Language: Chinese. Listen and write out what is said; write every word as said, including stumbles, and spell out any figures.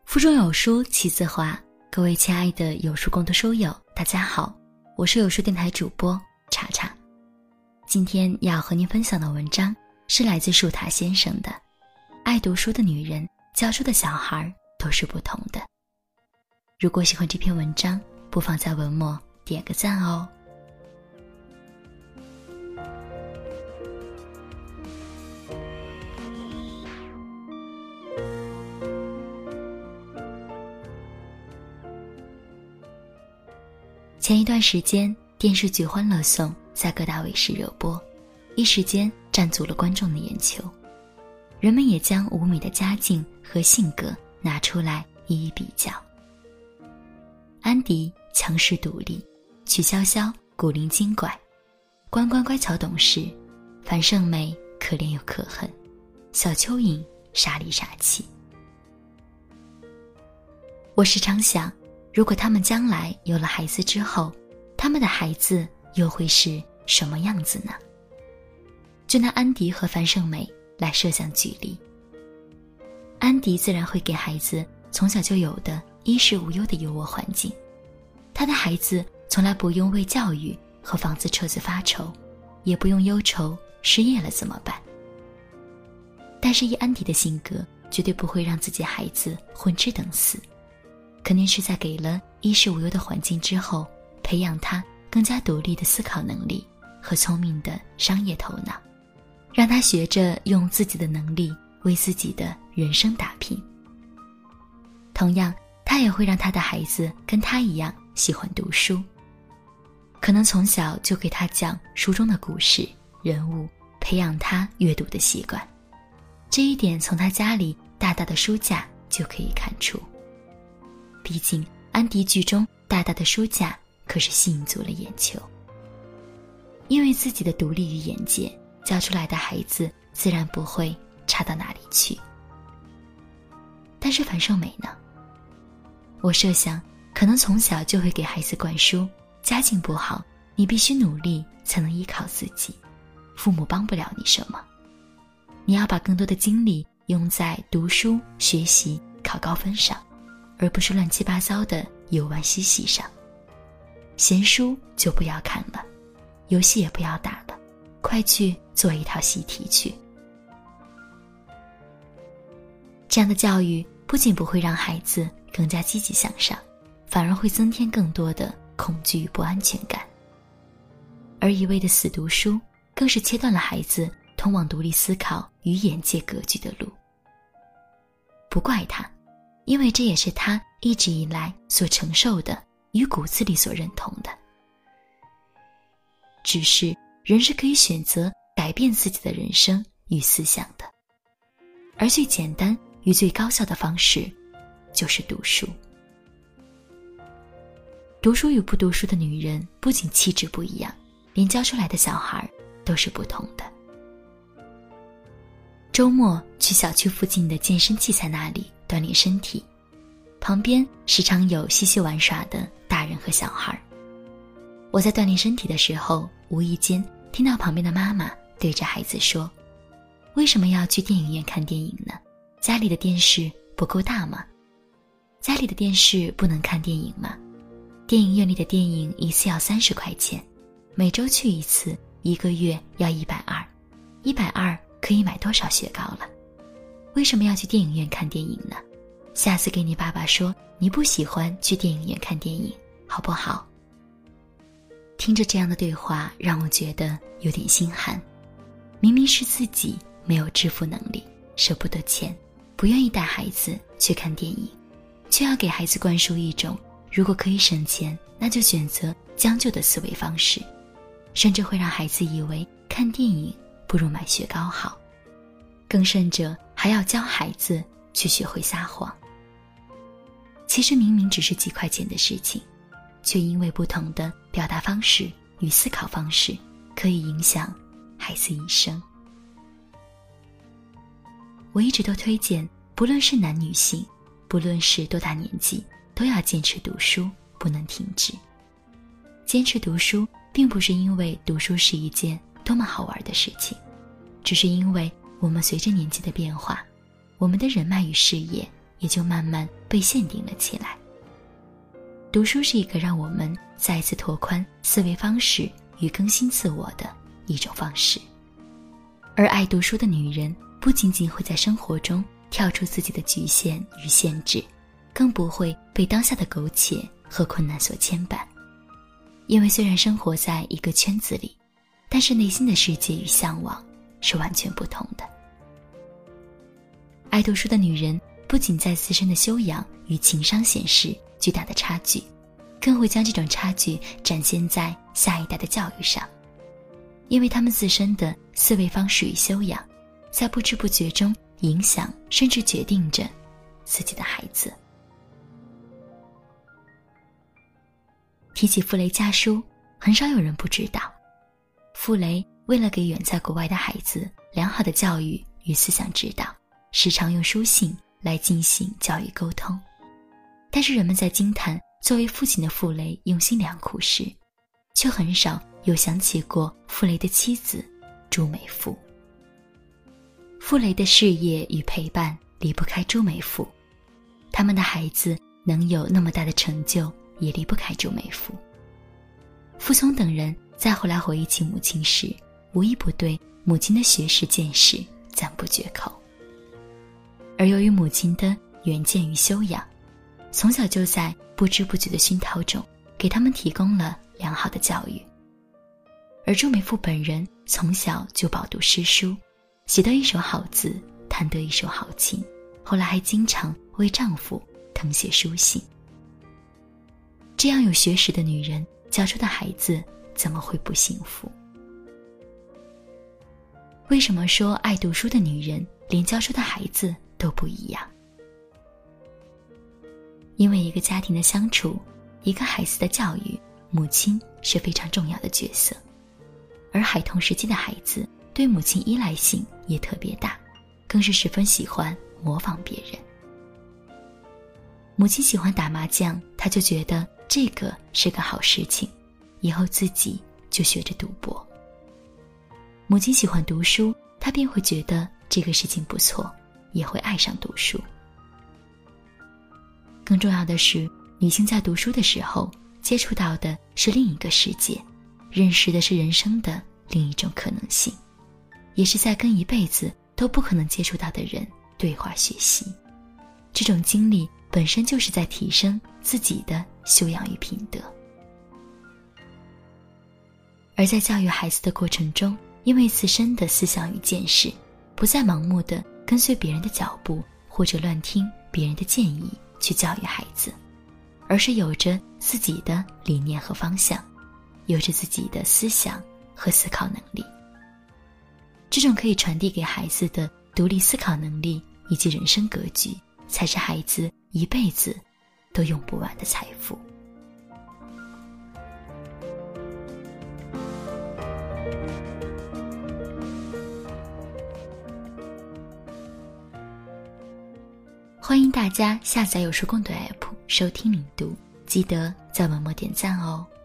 腹中有书气自华，各位亲爱的有书共读书友，大家好，我是有书电台主播查查。今天要和您分享的文章是来自树塔先生的《爱读书的女人教出的小孩都是不同的》。如果喜欢这篇文章，不妨在文末点个赞哦。前一段时间，电视剧《欢乐颂》在各大卫视热播，一时间占足了观众的眼球。人们也将吴米的家境和性格拿出来一一比较。安迪强势独立，曲筱绡古灵精怪，关关乖巧懂事，樊胜美可怜又可恨，小蚯蚓傻里傻气。我时常想，如果他们将来有了孩子之后，他们的孩子又会是什么样子呢？就拿安迪和樊胜美来设想举例。安迪自然会给孩子从小就有的衣食无忧的优渥环境，他的孩子从来不用为教育和房子车子发愁，也不用忧愁失业了怎么办。但是以安迪的性格，绝对不会让自己孩子混吃等死，肯定是在给了衣食无忧的环境之后，培养他更加独立的思考能力和聪明的商业头脑，让他学着用自己的能力为自己的人生打拼。同样，他也会让他的孩子跟他一样喜欢读书，可能从小就给他讲书中的故事人物，培养他阅读的习惯。这一点从他家里大大的书架就可以看出。毕竟安迪剧中大大的书架可是吸引足了眼球。因为自己的独立与眼界，教出来的孩子自然不会差到哪里去。但是樊胜美呢？我设想可能从小就会给孩子灌输，家境不好，你必须努力才能依靠自己，父母帮不了你什么，你要把更多的精力用在读书学习考高分上，而不是乱七八糟的游玩嬉戏上。闲书就不要看了，游戏也不要打了，快去做一套习题去。这样的教育不仅不会让孩子更加积极向上，反而会增添更多的恐惧与不安全感。而一味的死读书，更是切断了孩子通往独立思考与眼界格局的路。不怪他，因为这也是他一直以来所承受的，与骨子里所认同的。只是人是可以选择改变自己的人生与思想的，而最简单与最高效的方式就是读书。读书与不读书的女人不仅气质不一样，连教出来的小孩都是不同的。周末去小区附近的健身器材那里锻炼身体，旁边时常有嬉戏玩耍的大人和小孩。我在锻炼身体的时候，无意间听到旁边的妈妈对着孩子说，为什么要去电影院看电影呢？家里的电视不够大吗？家里的电视不能看电影吗？电影院里的电影一次要三十块钱，每周去一次，一个月要一百二，一百二可以买多少雪糕了？为什么要去电影院看电影呢？下次给你爸爸说你不喜欢去电影院看电影，好不好？听着这样的对话，让我觉得有点心寒。明明是自己没有支付能力，舍不得钱，不愿意带孩子去看电影，却要给孩子灌输一种如果可以省钱，那就选择将就的思维方式，甚至会让孩子以为看电影不如买雪糕好，更甚者还要教孩子去学会撒谎。其实明明只是几块钱的事情，却因为不同的表达方式与思考方式，可以影响孩子一生。我一直都推荐，不论是男女性，不论是多大年纪，都要坚持读书，不能停止。坚持读书并不是因为读书是一件多么好玩的事情，只是因为我们随着年纪的变化，我们的人脉与事业也就慢慢被限定了起来。读书是一个让我们再一次拓宽思维方式与更新自我的一种方式。而爱读书的女人不仅仅会在生活中跳出自己的局限与限制，更不会被当下的苟且和困难所牵绊。因为虽然生活在一个圈子里，但是内心的世界与向往是完全不同的。爱读书的女人不仅在自身的修养与情商显示巨大的差距，更会将这种差距展现在下一代的教育上。因为她们自身的思维方式与修养，在不知不觉中影响甚至决定着自己的孩子。提起傅雷家书，很少有人不知道，傅雷为了给远在国外的孩子良好的教育与思想指导，时常用书信来进行教育沟通。但是人们在惊叹作为父亲的傅雷用心良苦时，却很少有想起过傅雷的妻子朱美馥。傅雷的事业与陪伴离不开朱美馥，他们的孩子能有那么大的成就，也离不开朱美馥。傅聪等人在后来回忆起母亲时，无一不对母亲的学识见识赞不绝口。而由于母亲的远见与修养，从小就在不知不觉的熏陶中给他们提供了良好的教育。而朱美馥本人从小就饱读诗书，写得一手好字，弹得一手好琴，后来还经常为丈夫誊写书信。这样有学识的女人教出的孩子怎么会不幸福？为什么说爱读书的女人连教出的孩子都不一样？因为一个家庭的相处，一个孩子的教育，母亲是非常重要的角色。而孩童时期的孩子对母亲依赖性也特别大，更是十分喜欢模仿别人。母亲喜欢打麻将，他就觉得这个是个好事情，以后自己就学着赌博。母亲喜欢读书，他便会觉得这个事情不错，也会爱上读书。更重要的是，女性在读书的时候接触到的是另一个世界，认识的是人生的另一种可能性，也是在跟一辈子都不可能接触到的人对话学习。这种经历本身就是在提升自己的修养与品德。而在教育孩子的过程中，因为自身的思想与见识，不再盲目地跟随别人的脚步，或者乱听别人的建议去教育孩子，而是有着自己的理念和方向，有着自己的思想和思考能力。这种可以传递给孩子的独立思考能力以及人生格局，才是孩子一辈子都用不完的财富。欢迎大家下载有书共读 A P P 收听领读，记得在文末点赞哦。